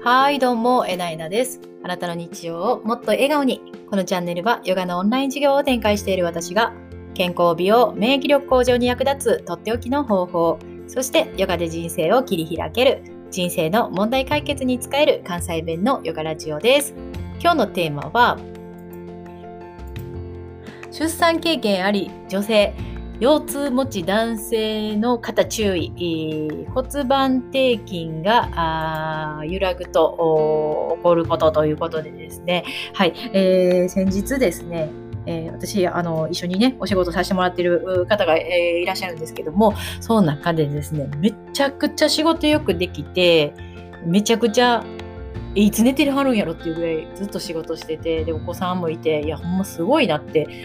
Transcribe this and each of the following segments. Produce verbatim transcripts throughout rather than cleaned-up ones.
はい、どうも、えなえなです。あなたの日常をもっと笑顔に。このチャンネルはヨガのオンライン授業を展開している私が、健康美容、免疫力向上に役立つとっておきの方法、そしてヨガで人生を切り開ける、人生の問題解決に使える関西弁のヨガラジオです。今日のテーマは、出産経験あり女性、腰痛持ち男性の方注意、えー、骨盤底筋が揺らぐと起こることということでですね、はい、えー、先日ですね、えー、私あの一緒にねお仕事させてもらっている方が、えー、いらっしゃるんですけども、その中でですね、めちゃくちゃ仕事よくできて、めちゃくちゃいつ寝てるはるんやろっていうぐらいずっと仕事してて、でお子さんもいて、いやほんますごいなって、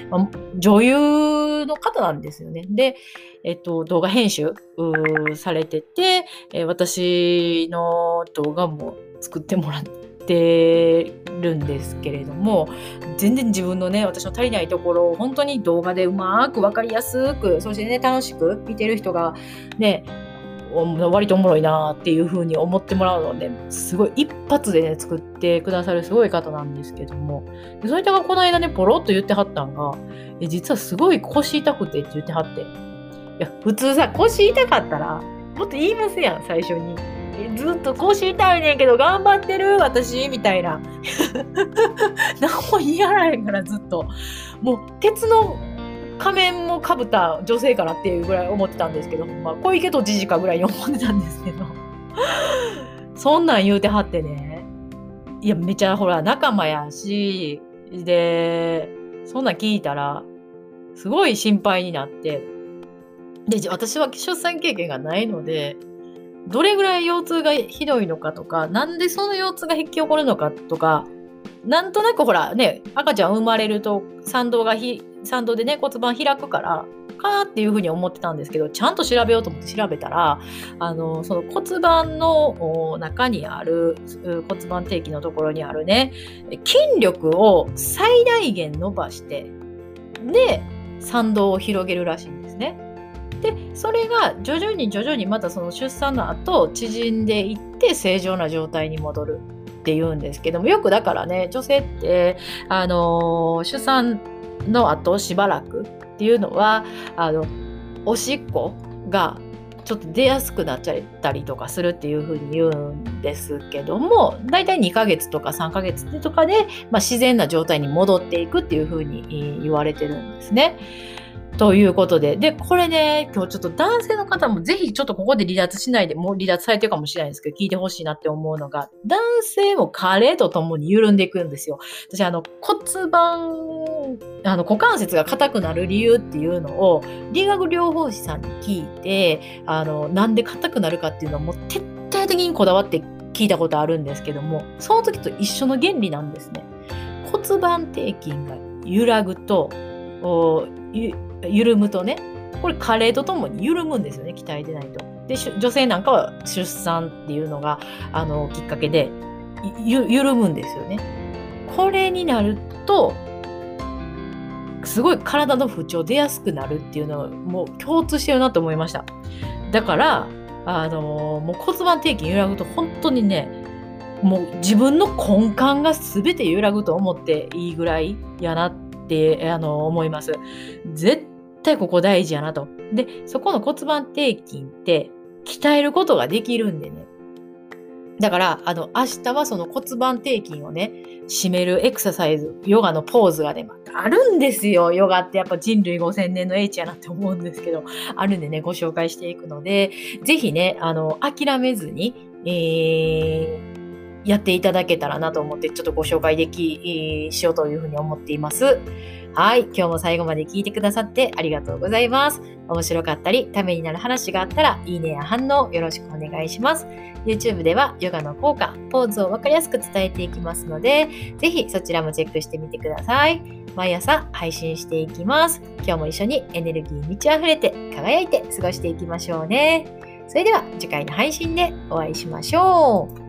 まあ、女優の方なんですよね。で、えっと、動画編集されてて、えー、私の動画も作ってもらってるんですけれども、全然自分のね、私の足りないところを本当に動画でうまく分かりやすく、そしてね、楽しく見てる人がね、割とおもろいなっていう風に思ってもらうので、すごい一発でね作ってくださるすごい方なんですけども、でそれがこの間ねポロッと言ってはったんが、え実はすごい腰痛くてって言ってはって、いや普通さ腰痛かったらもっと言いますやん最初に。えずっと腰痛いねんけど頑張ってる私みたいな何も言いやらへんから、ずっともう鉄の仮面もかぶった女性かなっていうぐらい思ってたんですけど、まあ、小池都知事かぐらいに思ってたんですけどそんなん言うてはってね、いやめちゃほら仲間やし、でそんなん聞いたらすごい心配になって、で私は出産経験がないので、どれぐらい腰痛がひどいのかとか、なんでその腰痛が引き起こるのかとか、なんとなくほらね、赤ちゃん生まれると産道がひ産道でね骨盤開くからかっていうふうに思ってたんですけど、ちゃんと調べようと思って調べたら、あのその骨盤の中にある骨盤底筋のところにあるね筋力を最大限伸ばして、で産道を広げるらしいんですね。でそれが徐々に徐々にまたその出産の後縮んでいって正常な状態に戻るって言うんですけども、よくだからね女性ってあの出産の後しばらくっていうのはあのおしっこがちょっと出やすくなっちゃったりとかするっていう風に言うんですけども、だいたいにかげつとかさんかげつとかで、まあ、自然な状態に戻っていくっていう風に言われてるんですね。ということで、で、これね、今日ちょっと男性の方もぜひちょっとここで離脱しないで、もう離脱されてるかもしれないんですけど、聞いてほしいなって思うのが、男性も加齢とともに緩んでいくんですよ。私、あの、骨盤、あの、股関節が硬くなる理由っていうのを、理学療法士さんに聞いて、あの、なんで硬くなるかっていうのをもう徹底的にこだわって聞いたことあるんですけども、その時と一緒の原理なんですね。骨盤底筋が揺らぐと、ゆ緩むとね、これ加齢とともに緩むんですよね、鍛えてないと。で女性なんかは出産っていうのがあのきっかけでゆ緩むんですよね。これになるとすごい体の不調出やすくなるっていうのはもう共通してるなと思いました。だからあのもう骨盤底筋揺らぐと本当にね、もう自分の根幹が全て揺らぐと思っていいぐらいやなってあの思います。絶対ここ大事やなと。で、そこの骨盤底筋って鍛えることができるんでね。だから、あの、明日はその骨盤底筋をね、締めるエクササイズ、ヨガのポーズがね、またあるんですよ。ヨガってやっぱ人類ごせんねんの英知やなって思うんですけど、あるんでね、ご紹介していくので、ぜひね、あの、諦めずに、えー、やっていただけたらなと思って、ちょっとご紹介でき、しようというふうに思っています。はい。今日も最後まで聞いてくださってありがとうございます。面白かったり、ためになる話があったら、いいねや反応よろしくお願いします。YouTube ではヨガの効果、ポーズをわかりやすく伝えていきますので、ぜひそちらもチェックしてみてください。毎朝配信していきます。今日も一緒にエネルギー満ち溢れて輝いて過ごしていきましょうね。それでは次回の配信でお会いしましょう。